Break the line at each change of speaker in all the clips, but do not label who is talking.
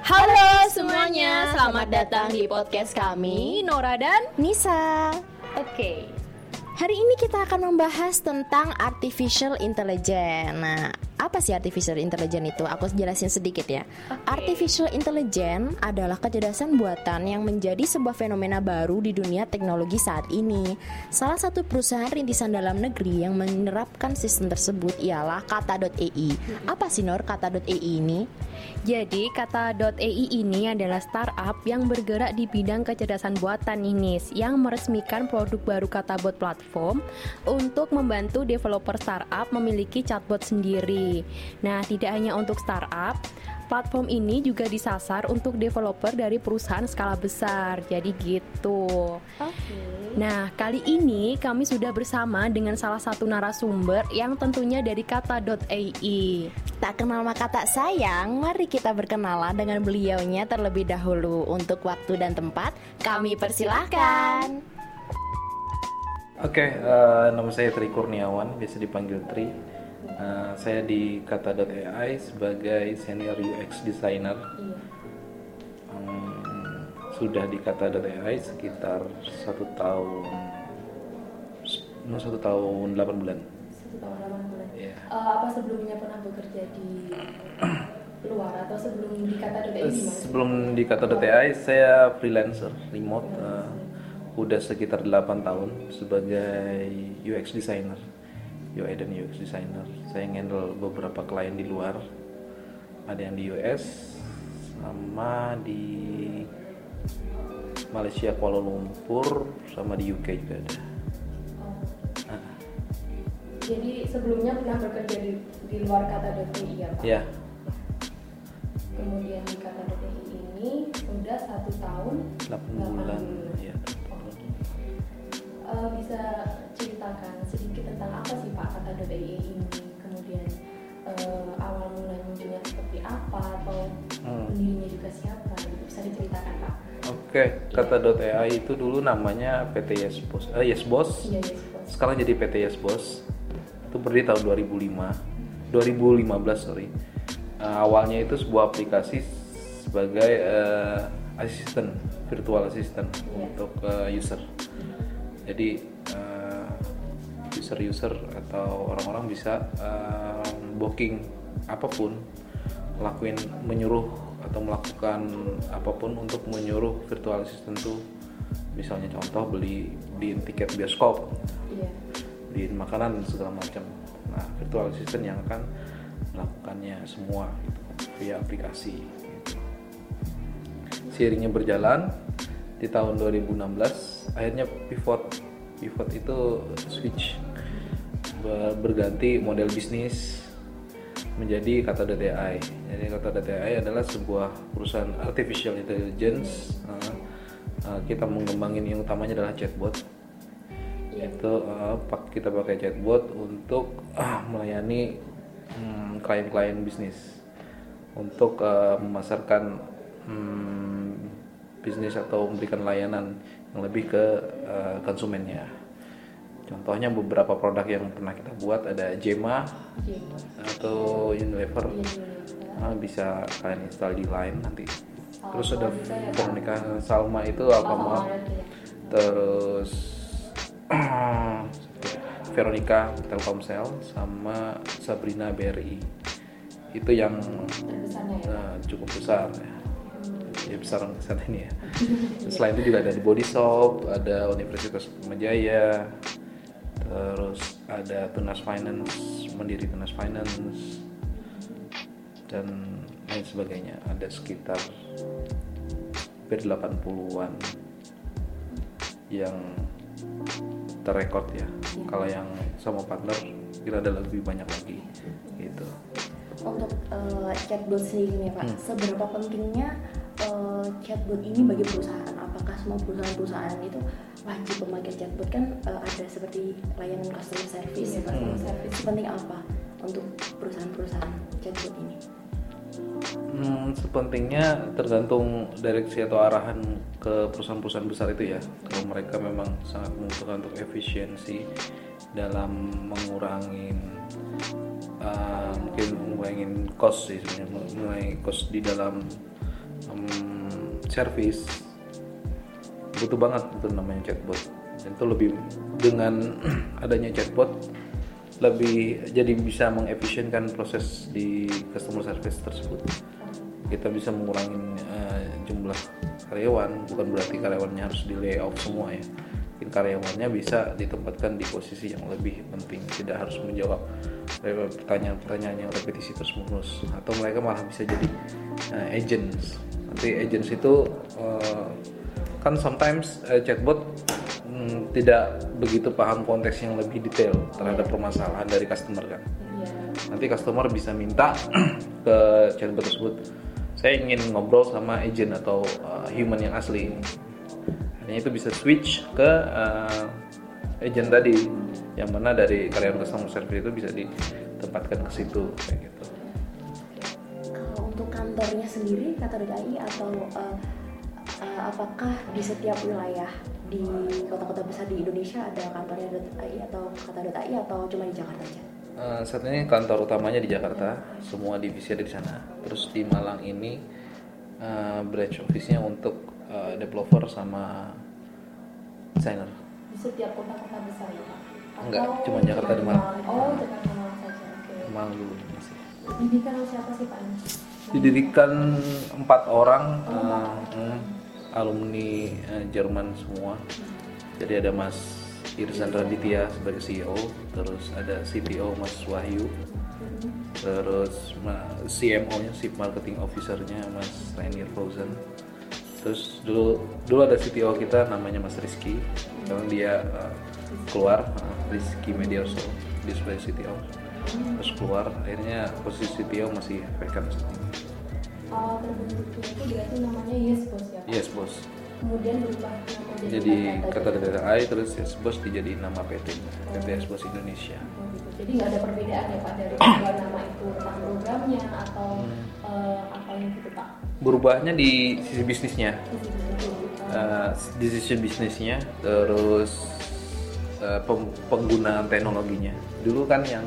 Halo semuanya, selamat datang di podcast kami, Nora dan
Nisa.
Oke.
Hari ini kita akan membahas tentang artificial intelligence. Nah, apa sih artificial intelligence itu? Aku jelasin sedikit ya. Artificial intelligence adalah kecerdasan buatan yang menjadi sebuah fenomena baru di dunia teknologi saat ini. Salah satu perusahaan rintisan dalam negeri yang menerapkan sistem tersebut ialah Kata.ai. Apa sih Nur Kata.ai ini?
Jadi Kata.ai ini adalah startup yang bergerak di bidang kecerdasan buatan nih Nis, yang meresmikan produk baru Katabot Platform untuk membantu developer startup memiliki chatbot sendiri. Nah, tidak hanya untuk startup, platform ini juga disasar untuk developer dari perusahaan skala besar. Jadi gitu. Nah, kali ini kami sudah bersama dengan salah satu narasumber yang tentunya dari Kata.ai.
Tak kenal maka tak sayang, mari kita berkenalan dengan beliaunya terlebih dahulu. Untuk waktu dan tempat, kami persilahkan.
Oke, nama saya Tri Kurniawan, biasa dipanggil Tri. Saya di Kata.ai sebagai senior UX designer. Sudah di Kata.ai sekitar 1 tahun 8 bulan.
1 tahun 8 bulan.
Yeah.
Apa sebelumnya pernah bekerja di luar atau sebelum di Kata.ai gimana?
Sebelum di Kata.ai saya freelancer remote. Udah sekitar 8 tahun sebagai UX designer, UI dan UX designer. Saya handle beberapa klien di luar, ada yang di US sama di Malaysia Kuala Lumpur sama di UK juga ada.
Jadi sebelumnya pernah bekerja di luar Kata.ai ya Pak?
Ya.
Kemudian di Kata.ai ini sudah 1 tahun
8 bulan. Ya.
Bisa ceritakan sedikit tentang apa sih Pak Kata.ai ini, kemudian awal mulanya munculnya seperti apa, atau pendirinya juga siapa, bisa diceritakan Pak?
Oke, Kata.ai itu dulu namanya PT Yesbos.
Iya, Yesbos.
Sekarang jadi PT Yesbos. Itu berdiri tahun 2015. Awalnya itu sebuah aplikasi sebagai asisten, virtual assistant untuk user. Jadi user atau orang-orang bisa booking apapun, menyuruh atau melakukan apapun untuk menyuruh virtual assistant tuh, misalnya contoh beliin tiket bioskop, beliin makanan segala macam. Nah, virtual assistant yang akan melakukannya semua gitu, via aplikasi. Gitu. Seiringnya berjalan di tahun 2016 akhirnya pivot itu switch, berganti model bisnis menjadi Kata.ai. Jadi Kata.ai adalah sebuah perusahaan artificial intelligence. Kita mengembangin yang utamanya adalah chatbot. Itu kita pakai chatbot untuk melayani klien-klien bisnis untuk memasarkan bisnis atau memberikan layanan yang lebih ke konsumennya. Contohnya beberapa produk yang pernah kita buat ada Jema atau Unilever, bisa kalian install di Line nanti. Terus ada Veronica Salma itu Alfamart, terus Veronica Telkomsel sama Sabrina BRI. Itu yang cukup besar ya, besar saat ini ya. Selain itu juga ada di Body Shop, ada Universitas Atmajaya, terus ada Tunas Finance, Mandiri Tunas Finance, dan lain sebagainya. Ada sekitar hampir 80-an yang terrekord ya. Kalau yang sama partner kira ada lebih banyak lagi gitu.
Untuk chatbot sendiri nih Pak, seberapa pentingnya chatbot ini bagi perusahaan? Apakah semua perusahaan itu wajib memakai chatbot? Kan ada seperti layanan customer service. Sepenting apa untuk perusahaan-perusahaan chatbot ini?
Sepentingnya tergantung direksi atau arahan ke perusahaan-perusahaan besar itu ya. Kalau mereka memang sangat membutuhkan untuk efisiensi dalam mengurangi mungkin mengurangi cost sih sebenarnya, mengurangi cost di dalam service, butuh banget itu namanya chatbot. Dan itu lebih dengan adanya chatbot lebih jadi bisa mengefisienkan proses di customer service tersebut. Kita bisa mengurangi jumlah karyawan, bukan berarti karyawannya harus di layoff semua ya. Mungkin karyawannya bisa ditempatkan di posisi yang lebih penting, tidak harus menjawab pertanyaan-pertanyaan yang repetisi terus-menerus, atau mereka malah bisa jadi agents. Nanti agents itu kan sometimes chatbot tidak begitu paham konteks yang lebih detail terhadap permasalahan dari customer kan. Nanti customer bisa minta ke chatbot tersebut, saya ingin ngobrol sama agent atau human yang asli. Hanya itu bisa switch ke agent tadi, yang mana dari karyawan customer service itu bisa ditempatkan ke situ kayak gitu.
Kalau untuk kantornya sendiri Kata.ai atau apakah di setiap wilayah di kota-kota besar di Indonesia ada kantornya .ai atau Kata.ai atau cuma di Jakarta aja?
Saat ini kantor utamanya di Jakarta, semua divisi ada di sana. Terus di Malang ini branch office-nya untuk developer sama designer.
Di setiap kota-kota besar ya Pak?
Enggak, cuma Jakarta di Malang.
Oh, Jakarta Malang saja. Oke.
Malang dulu masih.
Didirikan oleh siapa sih Pak?
Didirikan 4 orang alumni Jerman semua. Jadi ada Mas Irzan Raditya sebagai CEO, terus ada CTO Mas Wahyu, terus CMO-nya, Chief Marketing Officer-nya Mas Rainier Frozen. Terus dulu ada CTO kita namanya Mas Rizky, sekarang dia keluar, Rizky Mediarso, dia sebagai CTO. Terus keluar, akhirnya posisi CTO masih vacant saat ini.
Terbentuknya itu berarti namanya Yes Boss ya Pak?
Yes Boss.
Kemudian berubah nama
Jadi Kata.ai terus Yes Boss dijadiin nama PT Yes Boss Indonesia.
Gitu. Jadi nggak ada perbedaan ya Pak dari kedua nama itu, tentang programnya atau apa yang gitu Pak?
Berubahnya di sisi bisnisnya, di sisi bisnisnya, terus penggunaan teknologinya. Dulu kan yang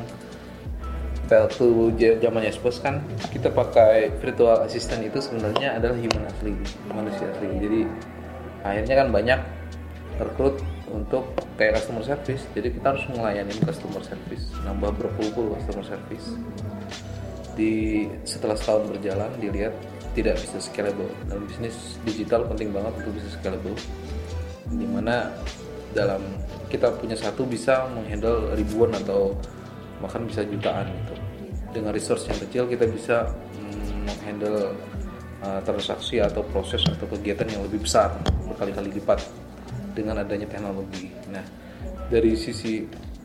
waktu zaman Yespos kan kita pakai virtual assistant itu sebenarnya adalah human asli, manusia asli. Jadi akhirnya kan banyak rekrut untuk kayak customer service. Jadi kita harus melayani customer service, nambah berpuluh-puluh customer service. Setelah setahun berjalan dilihat tidak bisa scalable. Dalam bisnis digital penting banget untuk bisa scalable. Dimana dalam kita punya satu bisa menghandle ribuan atau bahkan bisa jutaan gitu. Dengan resource yang kecil kita bisa menghandle transaksi atau proses atau kegiatan yang lebih besar berkali-kali lipat dengan adanya teknologi. Nah, dari sisi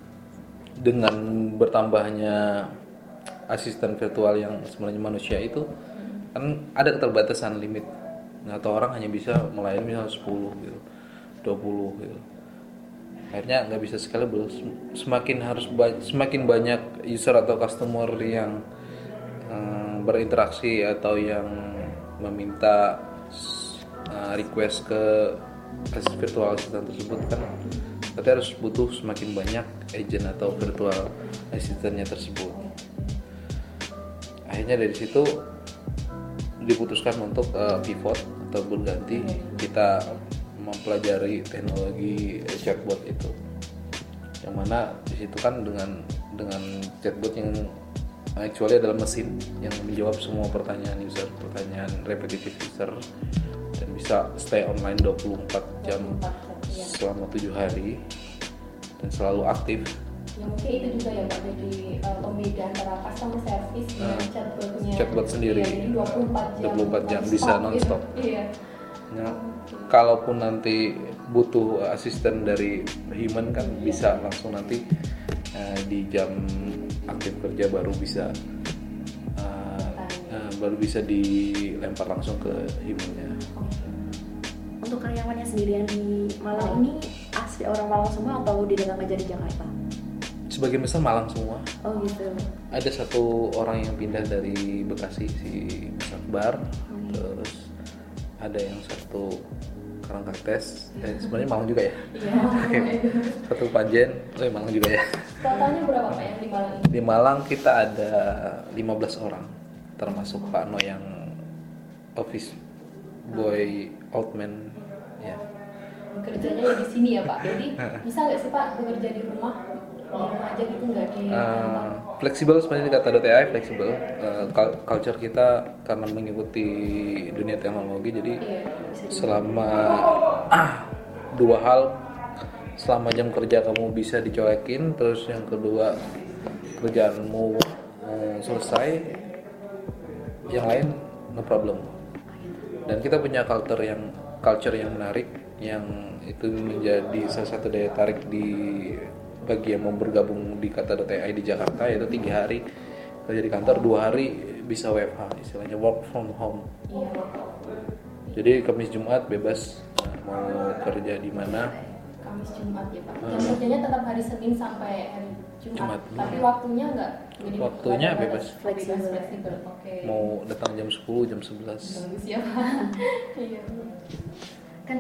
dengan bertambahnya asisten virtual yang sebenarnya manusia itu kan ada keterbatasan limit. Nah, atau orang hanya bisa melayani misalnya 10 gitu, 20 gitu. Akhirnya nggak bisa scalable. Semakin banyak user atau customer yang berinteraksi atau yang meminta request ke virtual assistant tersebut kan berarti harus butuh semakin banyak agent atau virtual assistantnya tersebut. Akhirnya dari situ diputuskan untuk pivot atau berganti, kita mempelajari teknologi chatbot itu, yang mana di situ kan dengan chatbot yang actually adalah mesin yang menjawab semua pertanyaan user, pertanyaan repetitif user, dan bisa stay online 24 jam selama 7 hari dan selalu aktif.
Ya, mungkin itu juga ya Pak, jadi pembeda antara customer service dengan
chatbot sendiri.
Ya, jadi
24 jam bisa non-stop.
Iya.
Nah, kalaupun nanti butuh asisten dari human kan bisa langsung nanti di jam aktif kerja baru bisa dilempar langsung ke humannya.
Untuk karyawannya sendiri yang di Malang ini asli orang Malang semua atau di dalam aja di Jakarta?
Sebagian besar Malang semua.
Oh gitu.
Ada satu orang yang pindah dari Bekasi, si Mas Akbar. Terus ada yang satu Karangkates, sebenarnya Malang juga ya.
Iya.
Satu Panjen, Malang juga ya.
Totalnya berapa Pak yang di Malang ini?
Di Malang kita ada 15 orang, termasuk Pak No yang office Boy Altman ya.
Kerjanya ya di sini ya Pak. Jadi bisa nggak sih Pak bekerja di rumah aja gitu, nggak di kantor?
Fleksibel sebenarnya kata.ai fleksibel. Culture kita karena mengikuti dunia teknologi, jadi selama dua hal, selama jam kerja kamu bisa dicoekin, terus yang kedua kerjaanmu selesai, yang lain no problem. Dan kita punya culture yang menarik, yang itu menjadi salah satu daya tarik bagi yang mau bergabung di kata.ai di Jakarta, yaitu 3 hari kerja di kantor, 2 hari bisa WFH, istilahnya work from home. Jadi Kamis Jumat bebas mau kerja di mana.
Kamis Jumat ya Pak. Jam kerjanya tetap hari Senin sampai hari Jumat. Tapi waktunya enggak?
Waktunya bebas.
Fleksibel. Oke.
Mau datang jam 10, jam 11.
Bagus ya Pak. Iya.
Kan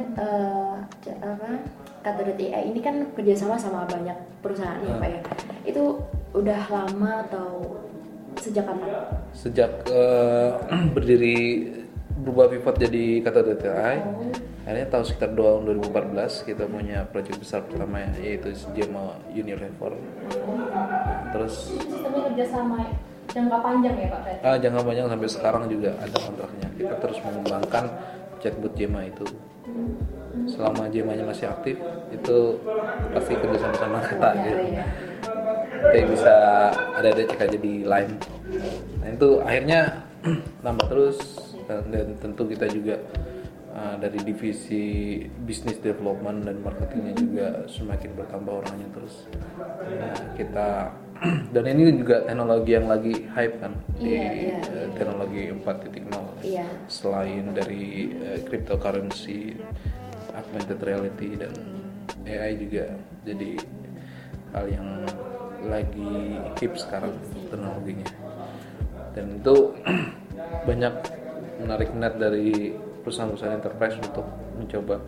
kata.ai ini kan kerjasama sama banyak perusahaan ya Pak ya. Itu udah lama atau sejak kapan?
Sejak berdiri, berubah pivot jadi kata.ai. Akhirnya tahun sekitar 2014 kita punya proyek besar pertama, yaitu Gemma Unilever. Terus
sistemnya kerjasama jangka panjang ya Pak?
Jangka panjang sampai sekarang juga ada kontraknya. Kita terus mengembangkan chatbot Gemma itu. Selama Gemma-nya masih aktif, itu pasti kerjasama sama kita gitu. Kita bisa ada cek aja di Line. Nah itu akhirnya nambah terus, dan tentu kita juga dari divisi business development dan marketingnya juga semakin bertambah orangnya terus. Kita dan ini juga teknologi yang lagi hype kan, teknologi 4.0. Selain dari cryptocurrency, augmented reality dan AI juga jadi hal yang lagi hip sekarang teknologinya. Dan itu banyak menarik minat dari perusahaan-perusahaan enterprise untuk mencoba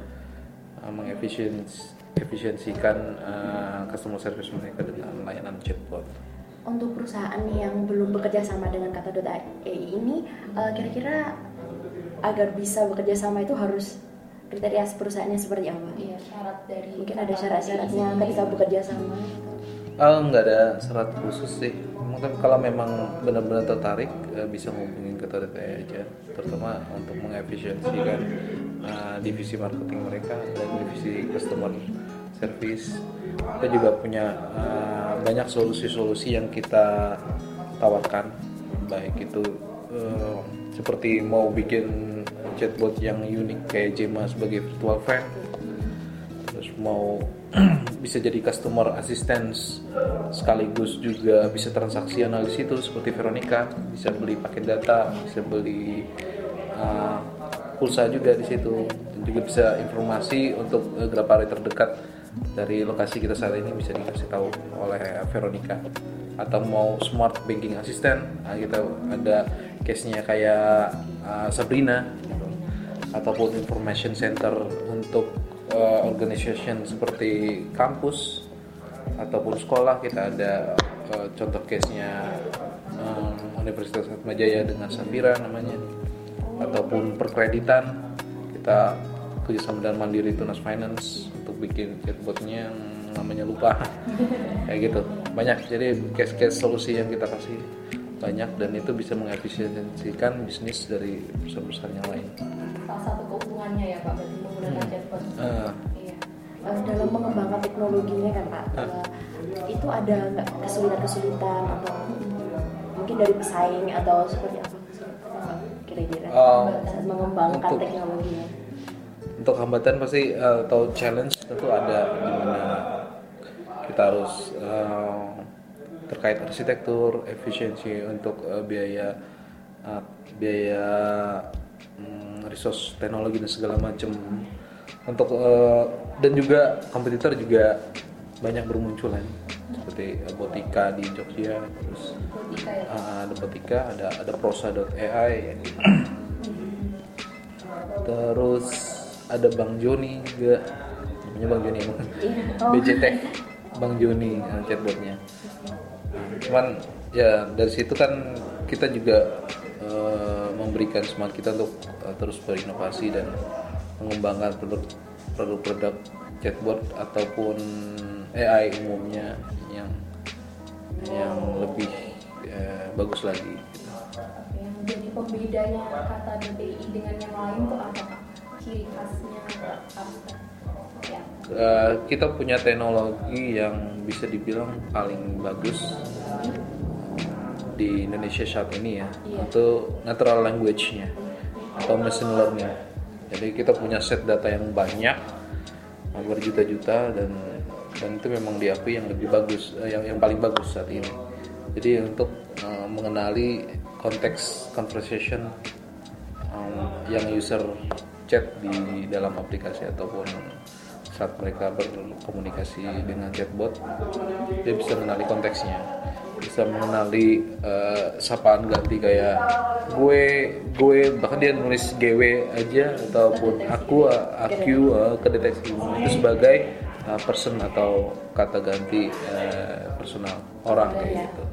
mengefisiensikan customer service mereka dengan layanan chatbot.
Untuk perusahaan yang belum bekerja sama dengan kata.ai ini, kira-kira agar bisa bekerja sama itu harus kriteria perusahaannya seperti apa?
Iya, syarat dari
mungkin ada syarat-syaratnya ketika bekerja sama.
Nggak ada syarat khusus sih. Mungkin kalau memang benar-benar tertarik bisa ngubungin ke kata.ai aja, terutama untuk mengefisiensikan divisi marketing mereka dan divisi customer service. Kita juga punya banyak solusi-solusi yang kita tawarkan, baik itu seperti mau bikin chatbot yang unik kayak Gemma sebagai virtual friend, terus mau bisa jadi customer assistance sekaligus juga bisa transaksianal di situ seperti Veronica, bisa beli paket data, bisa beli pulsa juga di situ, dan juga bisa informasi untuk beberapa hari terdekat dari lokasi kita saat ini bisa dikasih tahu oleh Veronica. Atau mau smart banking assistant, kita ada case-nya kayak Sabrina gitu. Ataupun information center untuk organization seperti kampus ataupun sekolah, kita ada contoh case-nya Universitas Atmajaya dengan Safira namanya. Ataupun perkreditan, kita kerjasama dengan Mandiri Tunas Finance untuk bikin chatbotnya yang namanya lupa kayak gitu. Banyak, jadi case-case solusi yang kita kasih banyak, dan itu bisa mengefisiensikan bisnis dari perusahaan-perusahaan yang lain.
Salah satu keuntungannya ya Pak, berarti menggunakan chatbot.
Iya. Dalam mengembangkan teknologinya kan Pak, itu ada nggak kesulitan-kesulitan atau mungkin dari pesaing atau seperti apa kira-kira saat mengembangkan teknologinya?
Untuk hambatan pasti atau challenge tentu ada, dimana kita harus terkait arsitektur, efisiensi untuk biaya resource teknologi dan segala macam. Untuk dan juga kompetitor juga banyak bermunculan seperti Botika di Jogja, terus ada Botika, ada Prosa.ai, terus ada Bang Joni juga, namanya Bang Joni emang BJT Bang Joni chatbotnya. Cuman ya dari situ kan kita juga memberikan semangat kita untuk terus berinovasi dan mengembangkan produk-produk chatbot ataupun AI umumnya yang lebih bagus lagi gitu.
Yang jadi pembedanya kata.ai dengan yang lain tuh apa Kak? Ciri khasnya apa? Ya.
Kita punya teknologi yang bisa dibilang paling bagus di Indonesia saat ini ya, itu natural language-nya atau machine learning. Jadi kita punya set data yang banyak, berjuta-juta, dan itu memang diakui yang lebih bagus, yang paling bagus saat ini. Jadi untuk mengenali konteks conversation yang user chat di dalam aplikasi ataupun saat mereka berkomunikasi dengan chatbot, dia bisa mengenali konteksnya, bisa mengenali sapaan ganti kayak gue, bahkan dia nulis GW aja ataupun aku kedeteksi itu sebagai person atau kata ganti personal orang kayak gitu.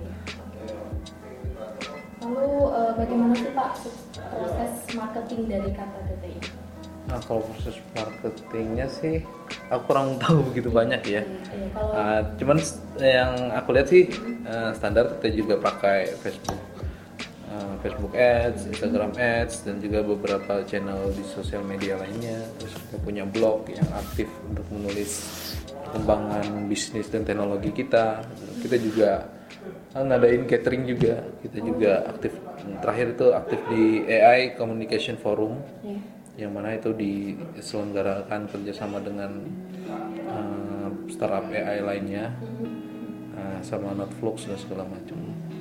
Lalu bagaimana sih Pak proses marketing dari kata.ai?
Nah, kalau proses marketingnya sih aku kurang tahu begitu banyak ya. Cuman yang aku lihat sih standar kita juga pakai Facebook Ads, Instagram Ads, dan juga beberapa channel di sosial media lainnya. Terus kita punya blog yang aktif untuk menulis perkembangan bisnis dan teknologi kita. Kita juga ngadain catering juga. Kita juga aktif, terakhir itu aktif di AI Communication Forum, yang mana itu diselenggarakan kerjasama dengan startup AI lainnya, sama Notflux dan segala macam.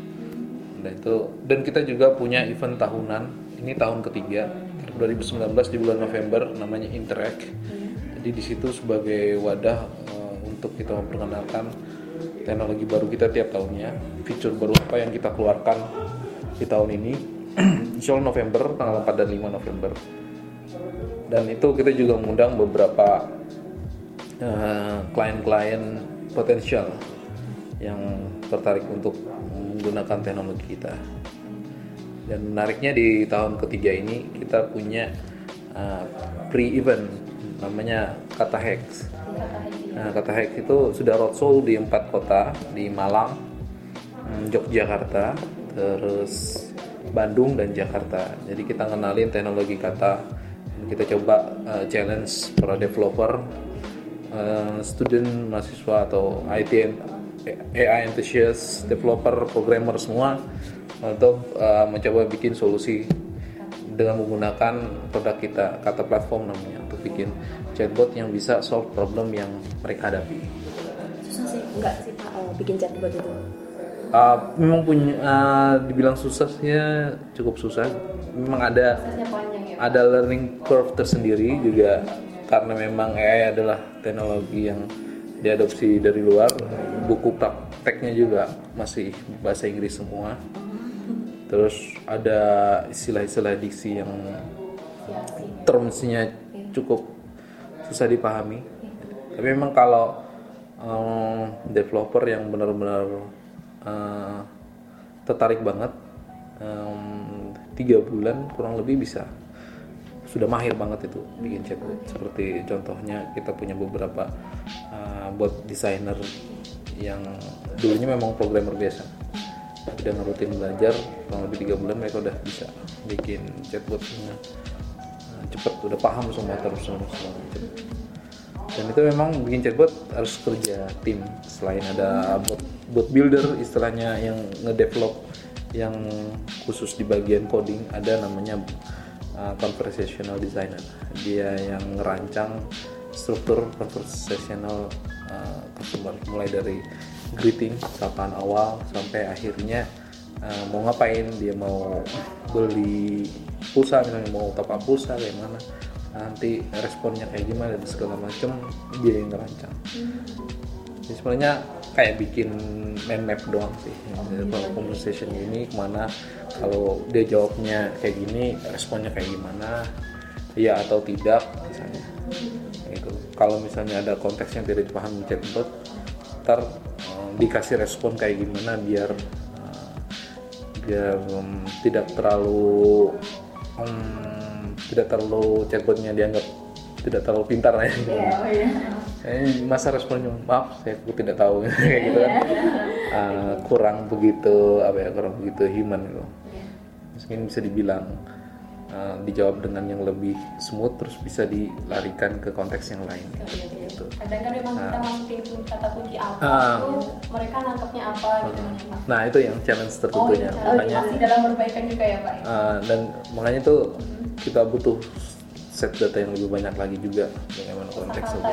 Dan kita juga punya event tahunan, ini tahun ketiga 2019 di bulan November, namanya Interact. Jadi di situ sebagai wadah untuk kita memperkenalkan teknologi baru kita tiap tahunnya, fitur baru apa yang kita keluarkan di tahun ini. Insya Allah November, tanggal 4 dan 5 November. Dan itu kita juga mengundang beberapa klien-klien potensial yang tertarik untuk menggunakan teknologi kita. Dan menariknya di tahun ketiga ini kita punya pre-event namanya Kata Hacks. Nah, Kata Hacks itu sudah roadshow di 4 kota, di Malang, Yogyakarta, terus Bandung dan Jakarta. Jadi kita ngenalin teknologi kata, kita coba challenge para developer, student, mahasiswa atau IT, AI enthusiast, developer, programmer semua untuk mencoba bikin solusi dengan menggunakan produk kita, Kata Platform namanya, untuk bikin chatbot yang bisa solve problem yang mereka hadapi.
Susah sih, enggak sih Pak bikin chatbot itu?
Memang punya, dibilang susahnya cukup susah. Memang ada learning curve tersendiri juga, karena memang AI adalah teknologi yang diadopsi dari luar. Buku prakteknya juga masih bahasa Inggris semua. Terus ada istilah-istilah diksi yang termsnya cukup susah dipahami. Tapi memang kalau developer yang benar-benar tertarik banget, 3 bulan kurang lebih bisa sudah mahir banget itu bikin chatbot. Seperti contohnya kita punya beberapa bot designer yang dulunya memang programmer biasa, udah ngerutin belajar kurang lebih 3 bulan mereka udah bisa bikin chatbot cepet, udah paham semua terus semua. Dan itu memang bikin chatbot harus kerja tim. Selain ada bot builder istilahnya yang ngedevelop, yang khusus di bagian coding, ada namanya conversational designer. Dia yang ngerancang struktur conversational customer, mulai dari greeting, sapaan awal, sampai akhirnya mau ngapain, dia mau beli pulsa misalnya, mau top up pulsa kayak mana, nanti responnya kayak gimana dan segala macam, dia yang ngerancang. Jadi sebenarnya kayak bikin mind map doang sih. Kalau conversation ini kemana, kalau dia jawabnya kayak gini, responnya kayak gimana, iya atau tidak misalnya. Gitu. Kalau misalnya ada konteks yang tidak dipahami chatbot, ntar dikasih respon kayak gimana biar biar tidak terlalu chatbotnya dianggap tidak terlalu pintar ya. Masa responnya maaf saya tidak tahu kayak gitu kan. Kurang begitu human gitu. Mungkin bisa dibilang dijawab dengan yang lebih smooth, terus bisa dilarikan ke konteks yang lain. Gitu.
Kadang kan memang kita masukin kata kunci apa, itu mereka nangkepnya apa gitu.
Nah itu yang challenge tertentunya.
Makanya masih dalam perbaikan juga ya Pak.
Dan makanya tuh kita butuh set data yang lebih banyak lagi juga, bagaimana konteksnya.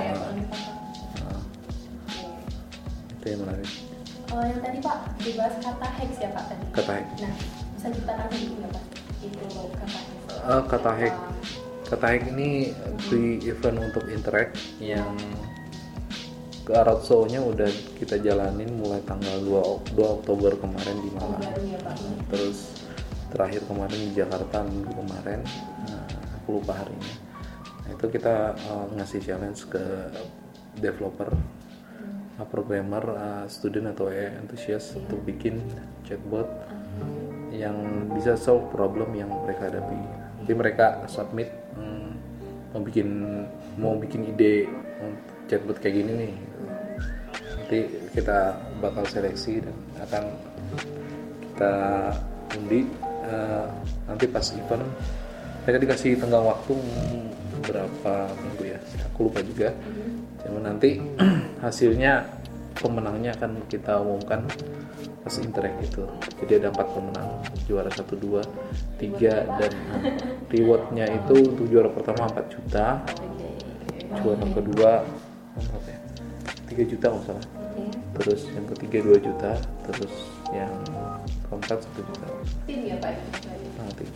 Itu yang menarik.
Yang tadi Pak dibahas kata hex ya Pak tadi.
Kata hex.
Nah bisa diceritakan sedikit nggak Pak? Itu kata hex.
Kata hack ini pre-event untuk interact yang ke roadshow-nya udah kita jalanin mulai tanggal 2 Oktober kemarin di Malang. Terus terakhir kemarin di Jakarta minggu kemarin, aku lupa harinya. Nah, itu kita ngasih challenge ke developer, programmer, student atau enthusiast untuk bikin chatbot yang bisa solve problem yang mereka hadapi. Jadi mereka submit mau bikin ide chatbot kayak gini nih. Nanti kita bakal seleksi dan akan kita undi. Nanti pas event mereka dikasih tenggang waktu berapa minggu ya, aku lupa juga. Cuma nanti hasilnya pemenangnya akan kita umumkan pas interact itu. Jadi ada 4 pemenang, juara 1, 2, 3 dan rewardnya itu untuk juara pertama 4 juta, juara kedua 3 juta kalau salah, terus yang ketiga 2 juta, terus yang keempat 1 juta.
Tim ya Pak?
Nanti.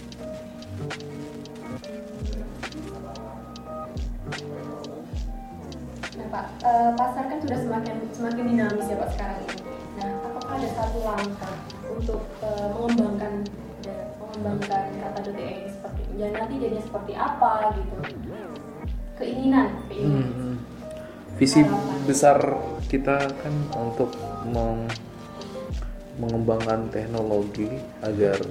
Nah Pak, pasar kan sudah semakin dinamis ya Pak sekarang ini. Nah, apakah ada satu langkah untuk mengembangkan kata.ai ini seperti ya nanti jadinya seperti apa gitu? Keinginan.
Visi besar kita kan untuk mengembangkan teknologi agar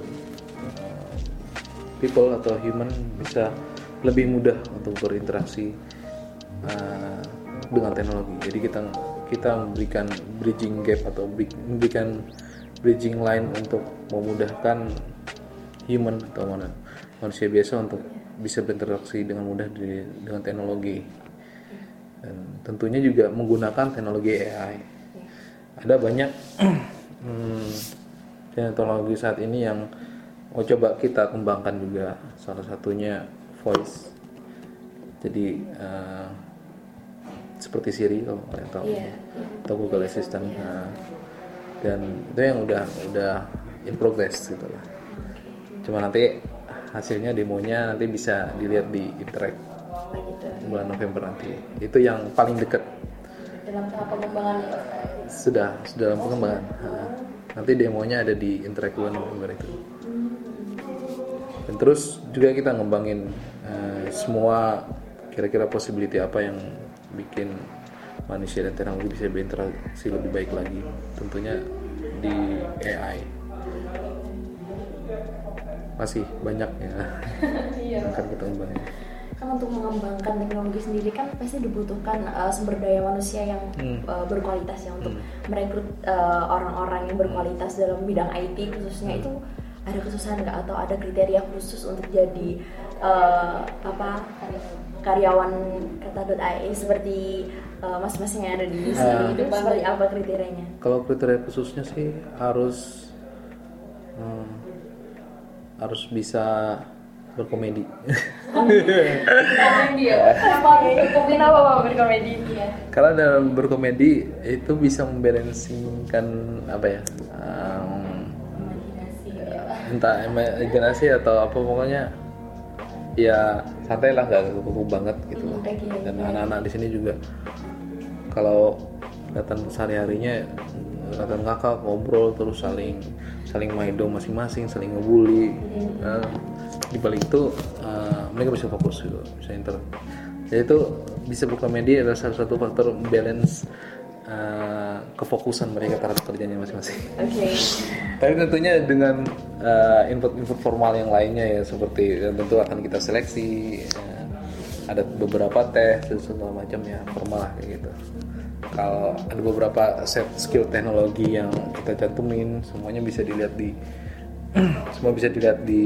people atau human bisa lebih mudah untuk berinteraksi dengan teknologi. Jadi kita memberikan bridging gap atau memberikan bridging line untuk memudahkan human atau manusia biasa untuk bisa berinteraksi dengan mudah dengan teknologi, dan tentunya juga menggunakan teknologi AI. Ada banyak teknologi saat ini yang mau coba kita kembangkan juga, salah satunya voice. Jadi seperti Siri kalau kalian tahu, atau Google Assistant. Dan itu yang udah in progress gitu lah. Cuma nanti hasilnya demonya nanti bisa dilihat di Interact bulan November nanti. Itu yang paling dekat.
Dalam tahap pengembangan ya?
Sudah dalam pengembangan. Nanti demonya ada di Interact bulan November itu. Dan terus juga kita ngembangin semua kira-kira possibility apa yang bikin manusia dan teknologi bisa berinteraksi lebih baik lagi, tentunya di AI. Masih banyak ya yang akan kita kembangin.
Kan untuk mengembangkan teknologi sendiri kan pasti dibutuhkan sumber daya manusia yang berkualitas ya, untuk merekrut orang-orang yang berkualitas dalam bidang IT khususnya. Itu ada kesusahan nggak atau ada kriteria khusus untuk jadi karyawan kata.ai seperti mas-masnya yang ada di sini? Itu seperti apa kriterianya?
Kalau kriteria khususnya sih harus bisa berkomedi.
Komedi ya? Kenapa berkomedi?
Karena dalam berkomedi itu bisa membalancingkan entah imajinasi atau apa, pokoknya ya santai lah, nggak kaku banget gitu loh. Dan anak-anak di sini juga kalau kelihatan sehari-harinya kelihatan kakak ngobrol terus saling maido masing-masing, saling ngebully. Di balik itu mereka bisa fokus gitu, bisa jadi itu bisa berkomedi adalah salah satu faktor balance kefokusan mereka terhadap kerjanya masing-masing.
Okay.
Tapi tentunya dengan input formal yang lainnya ya, seperti tentu akan kita seleksi ya. Ada beberapa tes dan segala macam ya, formal lah kayak gitu. Kalau ada beberapa set skill teknologi yang kita cantumin, semuanya bisa dilihat di semua bisa dilihat di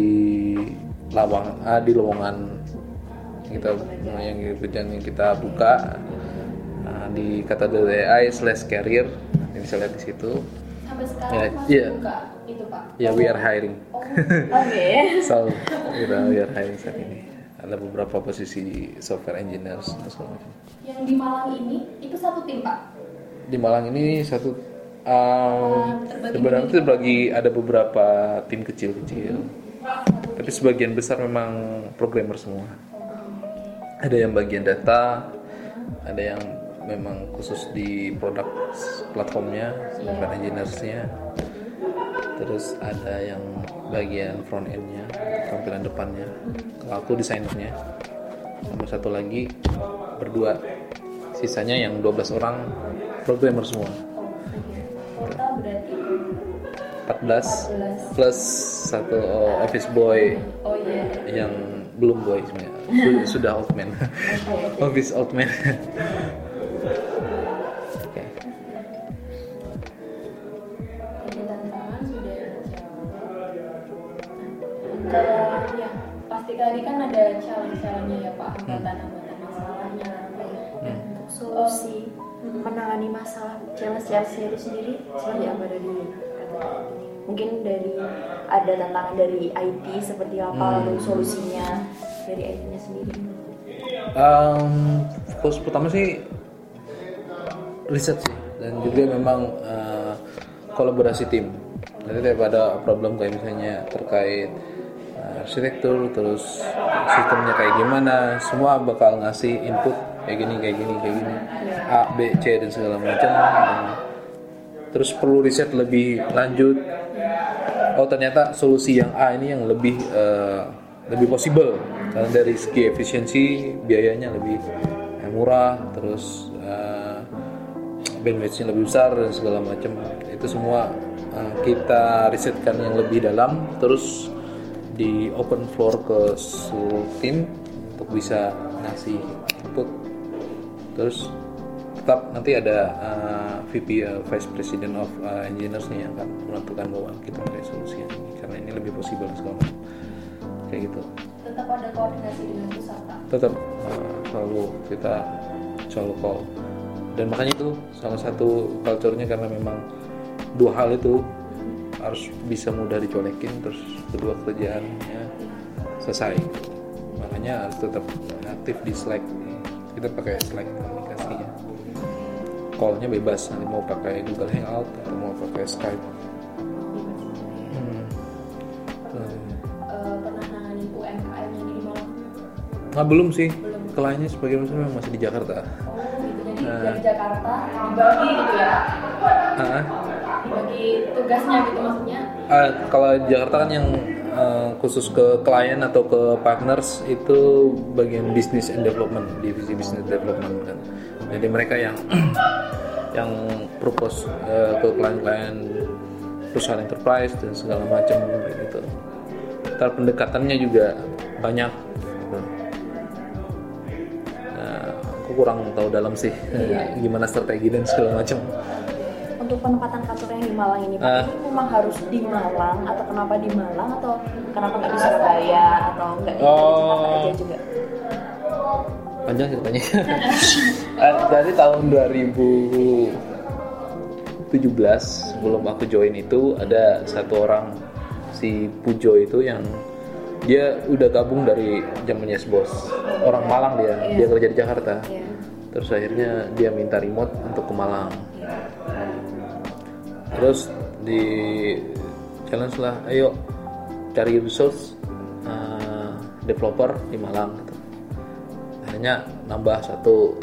lowongan kita yang kita buka di kata.ai/career, bisa lihat di situ.
Sampai sekarang
masih
buka itu Pak?
Ya, we are hiring.
Oke.
So, we are hiring saat ini. Ada beberapa posisi software engineers dan segala macam.
Yang di Malang ini itu satu tim Pak?
Di Malang ini satu sebenarnya terbagi, ada beberapa tim kecil-kecil. Tapi sebagian besar memang programmer semua. Ada yang bagian data, ada yang memang khusus di produk platformnya, software engineers-nya. Terus ada yang bagian front end-nya, tampilan depannya. Kalau aku desainernya. Sama satu lagi berdua. Sisanya yang 12 orang programmer semua.
Total berarti
14 plus satu office boy.
Oh iya.
Yang belum boy sebenarnya. Sudah old man. Office old man.
Ya, pasti kali kan ada challenge-nya ya Pak, hambatan-hambatan masalahnya apa ya.
Untuk solusi menangani masalah challenge-challenge itu sendiri seperti apa dari mungkin dari ada tantangan dari IT seperti apa, lalu solusinya dari IT-nya sendiri?
Fokus pertama sih riset sih, dan juga memang kolaborasi tim. Jadi daripada problem kayak misalnya terkait arsitektur, terus sistemnya kayak gimana, semua bakal ngasih input kayak gini A, B, C dan segala macam. Terus perlu riset lebih lanjut. Oh ternyata solusi yang A ini yang lebih possible karena dari segi efisiensi, biayanya lebih murah, terus bandwidth-nya lebih besar dan segala macam. Itu semua kita risetkan yang lebih dalam, terus di open floor ke seluruh tim untuk bisa ngasih input. Terus tetap nanti ada VP Vice President of Engineers nih yang akan menentukan bahwa kita pakai solusi yang ini karena ini lebih possible segala macam kayak gitu.
Tetap ada koordinasi dengan pusat Pak?
Tetap kita selalu call, dan makanya itu salah satu culture-nya karena memang dua hal itu harus bisa mudah dicolekin, terus kedua kerjaannya selesai. Makanya harus tetap aktif di Slack. Kita pakai Slack komunikasinya. Call-nya bebas, nanti mau pakai Google Hangout atau mau pakai Skype.
Pernah nanganin UMKM yang di Malang?
Belum sih. Kliennya sebagian besar memang masih di Jakarta.
Gitu. Jadi dari Jakarta dibagi gitu ya Pak? Dibagi tugasnya gitu maksudnya?
Kalau Jakarta kan yang khusus ke klien atau ke partners itu bagian business and development, divisi business development kan. Jadi mereka yang propose ke klien-klien perusahaan enterprise dan segala macam gitu. Ntar pendekatannya juga banyak. Gitu. Aku kurang tahu dalam sih gimana strategi dan segala macam.
Untuk penempatan kantor yang di Malang ini Pak, ini memang harus di Malang atau kenapa di Malang atau kenapa nggak di Surabaya atau nggak di Jakarta aja juga?
Panjang ceritanya. Dari tahun 2017 sebelum aku join itu ada satu orang, si Pujo itu, yang dia udah gabung dari zamannya Bos. Orang Malang dia kerja di Jakarta. Terus akhirnya dia minta remote untuk ke Malang. Terus di challenge lah, ayo cari resource developer di Malang gitu. Akhirnya nambah satu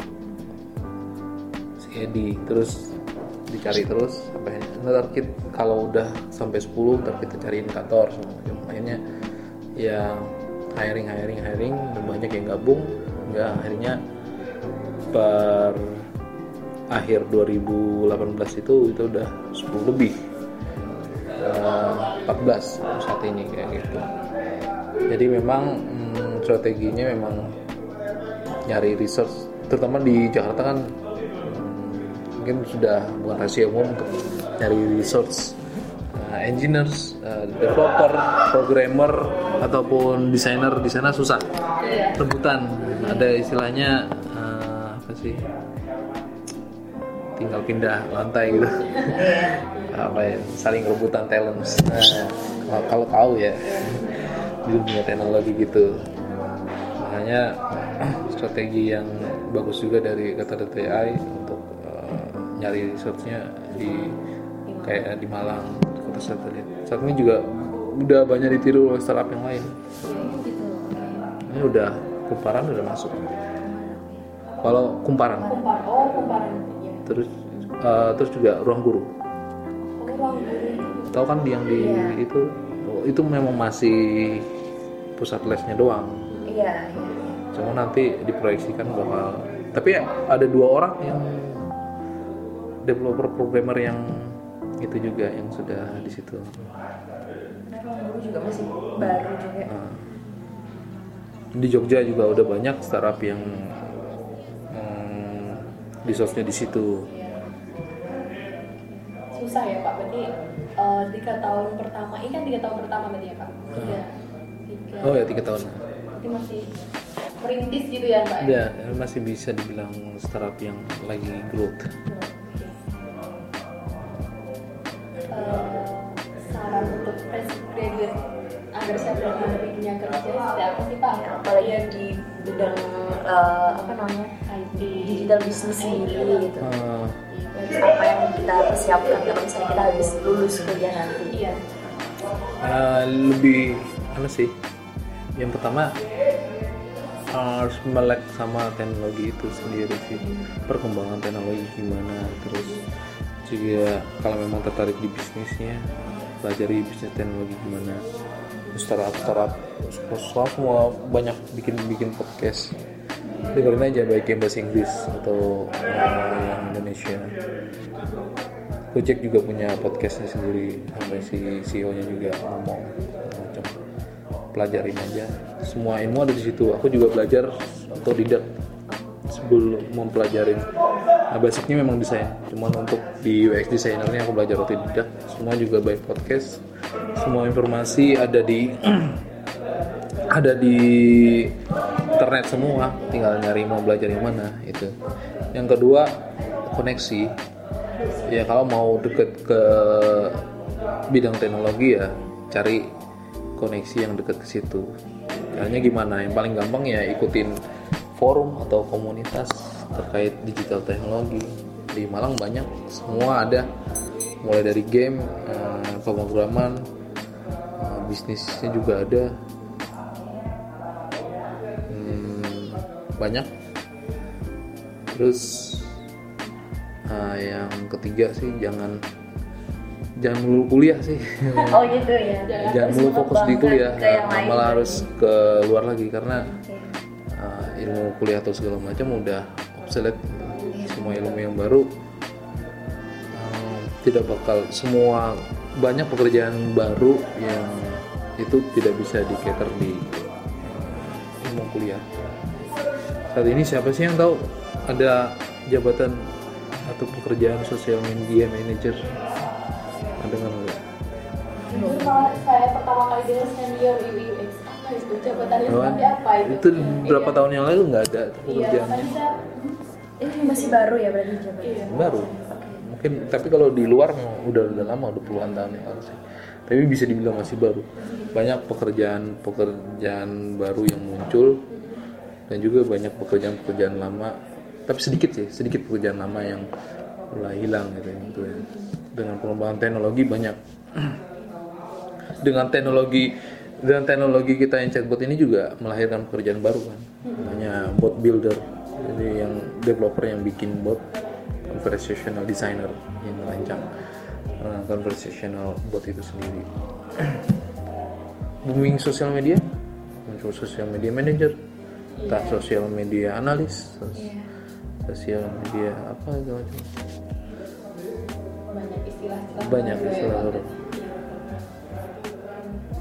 si Edi, terus dicari terus sampai ntar kita kalau udah sampai 10 ntar kita cariin kantor semua macam. Akhirnya ya hiring dan banyak yang gabung. Enggak, akhirnya per akhir 2018 itu udah 10 lebih. 14 saat ini kayak gitu. Jadi memang strateginya memang nyari research, terutama di Jakarta kan mungkin sudah bukan rahasia umum untuk nyari research engineers, developer, programmer ataupun desainer di sana susah, rebutan. Ada istilahnya apa sih? Tinggal pindah lantai gitu. Apa ya? Saling rebutan talent. Kalau tahu ya di dunia teknologi gitu. Makanya strategi yang bagus juga dari Kata.ai untuk nyari researchnya di kayak di Malang, Kota Satelit. Saat ini juga udah banyak ditiru oleh startup yang lain. Ini udah Kumparan udah masuk. Kalau Kumparan. Terus juga Ruang Guru. Tahu kan yang di itu memang masih pusat lesnya doang.
Iya.
Cuma nanti diproyeksikan bakal. Tapi ada 2 orang yang developer programmer yang itu juga yang sudah di situ.
Ruang Guru juga masih baru juga.
Di Jogja juga udah banyak startup yang resource-nya di situ.
Susah ya Pak, berarti 3 tahun pertama, ini kan 3 tahun pertama berarti ya Pak?
Oh ya 3 tahun.
Berarti masih merintis gitu ya Pak?
Ya, masih bisa dibilang startup yang lagi growth.
Saran untuk fresh graduate agar siap dalam menghadapi dunia kerja seperti apa sih Pak?
Apalagi yang di bidang digital business sendiri gitu. Apa yang kita persiapkan kalau misalnya kita habis lulus kuliah nanti?
Iya.
Lebih apa sih? Yang pertama harus melek sama teknologi itu sendiri sih, perkembangan teknologi gimana, terus juga kalau memang tertarik di bisnisnya pelajari bisnis teknologi gimana. Startup semua banyak bikin podcast, dengerin aja baik yang bahasa Inggris atau yang Indonesia. Gojek juga punya podcastnya sendiri, sampai si CEO-nya juga ngomong macam. Pelajarin aja, semua ilmu ada di situ. Aku juga belajar otodidak sebelum mempelajarin. Nah, basicnya memang desain, cuman untuk di UX designernya aku belajar otodidak. Semua juga by podcast, semua informasi ada di ada di internet semua, tinggal nyari mau belajar yang mana itu. Yang kedua, koneksi. Ya kalau mau deket ke bidang teknologi ya cari koneksi yang deket ke situ. Caranya gimana? Yang paling gampang ya ikutin forum atau komunitas terkait digital teknologi. Di Malang banyak, semua ada, mulai dari game, pemrograman, bisnisnya juga ada, banyak. Terus yang ketiga sih jangan melulu kuliah sih.
Oh gitu ya.
Jangan melulu fokus di kuliah, malah harus ke luar lagi karena ilmu kuliah atau segala macam udah obsolete. Semua ilmu yang baru tidak bakal, semua banyak pekerjaan baru yang itu tidak bisa di cater di ilmu kuliah. Saat ini siapa sih yang tahu ada jabatan atau pekerjaan sosial media manager? Ada nggak?
Kalau saya pertama kali dengar senior UX, apa itu jabatannya seperti apa itu?
Itu berapa tahun yang lalu nggak ada pekerjaannya.
Ini masih baru ya berarti jabatannya?
Baru. Mungkin, tapi kalau di luar udah lama, udah puluhan tahun yang lalu sih. Tapi bisa dibilang masih baru. Banyak pekerjaan baru yang muncul dan juga banyak pekerjaan lama. Tapi sedikit pekerjaan lama yang mulai hilang gitu ya. Dengan pengembangan teknologi banyak. Dengan teknologi kita yang chatbot ini juga melahirkan pekerjaan baru kan. Namanya bot builder. Jadi yang developer yang bikin bot, conversational designer yang merancang conversational bot itu sendiri. Booming sosial media, muncul sosial media manager, entah sosial media analis, sosial media apa gitu macam.
Banyak istilah
Banyak istilah baru.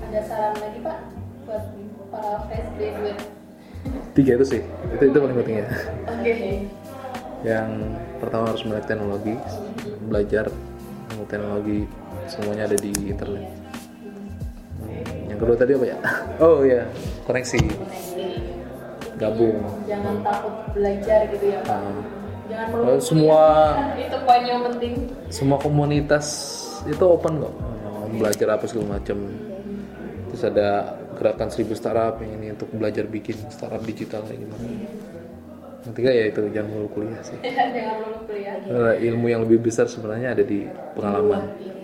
Ada saran lagi Pak buat para fresh graduate?
3 itu sih, itu paling penting ya.
Oke.
Yang pertama harus melek teknologi, belajar ilmu teknologi, semuanya ada di internet. Yang kedua tadi apa ya? Oh ya, koneksi, gabung.
Jangan takut belajar gitu ya Pak. Jangan melulu
Semua
itu poin yang penting.
semua komunitas itu open kok, belajar apa segala macam. Terus ada gerakan 1000 startup yang ini untuk belajar bikin startup digital kayak gimana. Yang ketiga ya itu jangan melulu kuliah sih.
Jangan melulu kuliah.
Karena ilmu yang lebih besar sebenarnya ada di pengalaman.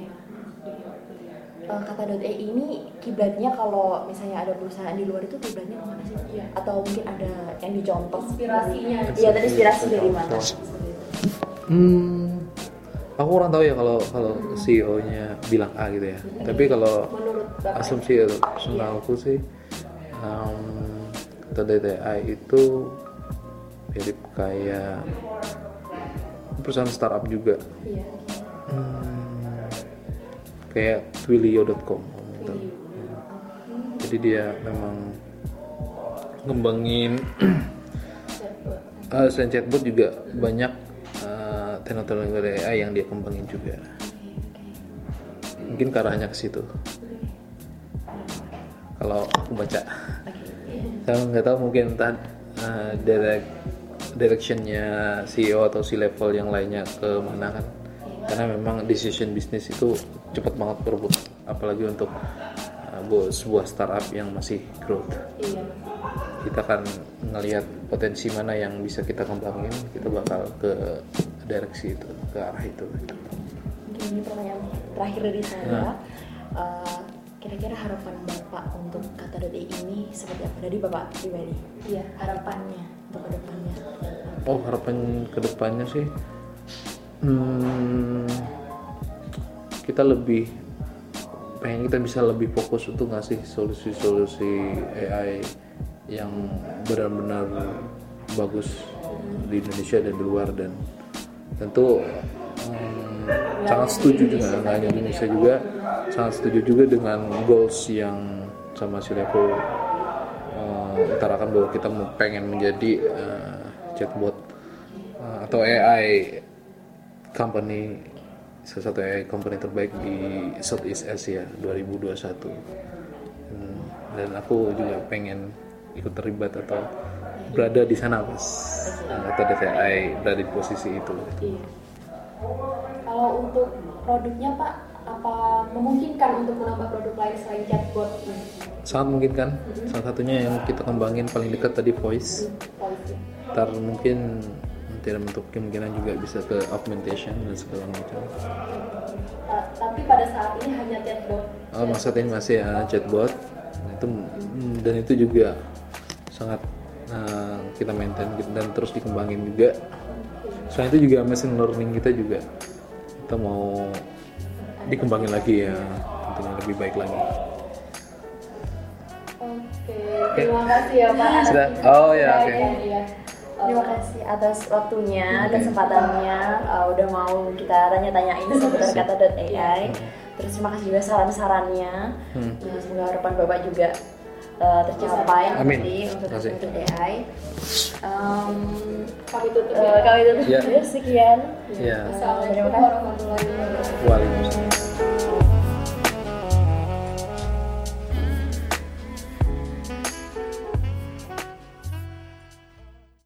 Kata.ai ini kiblatnya kalau misalnya ada perusahaan di luar itu kiblatnya kemana sih?
Iya.
Atau mungkin ada yang dicontoh?
Inspirasinya.
Iya, tadi inspirasi dari mana?
Aku kurang tahu ya kalau CEO-nya bilang A gitu ya. Tapi kalau
Menurut Bapak
asumsi atau personalku sih, Kata.ai itu mirip kayak perusahaan startup juga.
Iya.
Kayak twilio.com gitu. Jadi dia memang ngembangin selain chatbot juga banyak teknologi AI yang dia kembangin juga. Mungkin ke arahnya ke situ. Kalau aku baca, saya nggak tahu mungkin directionnya CEO atau C-level yang lainnya ke mana kan. Karena memang decision bisnis itu cepat banget berebut, apalagi untuk sebuah startup yang masih growth.
Iya.
Kita akan ngelihat potensi mana yang bisa kita kembangin, kita bakal ke direksi itu, ke arah itu.
Mungkin ini pertanyaan terakhir dari saya. Kira-kira harapan Bapak untuk Kata.ai ini seperti apa dari Bapak pribadi? Iya, harapannya untuk kedepannya.
Oh, harapan kedepannya sih kita bisa lebih fokus untuk ngasih solusi-solusi AI yang benar-benar bagus di Indonesia dan di luar, dan tentu sangat setuju juga, nggak hanya di Indonesia juga, sangat setuju juga dengan goals yang sama si Level utarakan bahwa kita pengen menjadi chatbot atau AI company, salah satu AI company terbaik di Southeast Asia 2021. Dan aku juga pengen ikut terlibat atau berada di sana pas Kata.ai berada di posisi itu.
Iya. Kalau untuk produknya Pak, apa memungkinkan untuk menambah produk lain selain chatbot ini?
Sangat memungkinkan. Salah satunya yang kita kembangin paling dekat tadi voice. Ntar mungkin tidak menutup kemungkinan juga bisa ke augmentation dan segala macam.
Tapi pada saat ini hanya chatbot.
Maksudnya ini masih ya chatbot itu, dan itu juga sangat kita maintain dan terus dikembangin juga. Selain itu juga machine learning kita juga kita mau dikembangin lagi ya, tentunya lebih baik lagi.
Oke, terima kasih ya Pak.
Sudah? Oh ya, oke.
Iya.
Terima kasih atas waktunya, kesempatannya, udah mau kita tanya-tanyain seputar Kata.ai. Terus terima kasih juga saran-sarannya. Semoga harapan Bapak juga tercapai
Amin.
nanti untuk
Terima kasih.
Kata.ai.
Kami tutup
Kami tutup
Ya.
sekian.
Ya.
Assalamualaikum
Terima kasih.
warahmatullahi wabarakatuh.
Waalaikumsalam.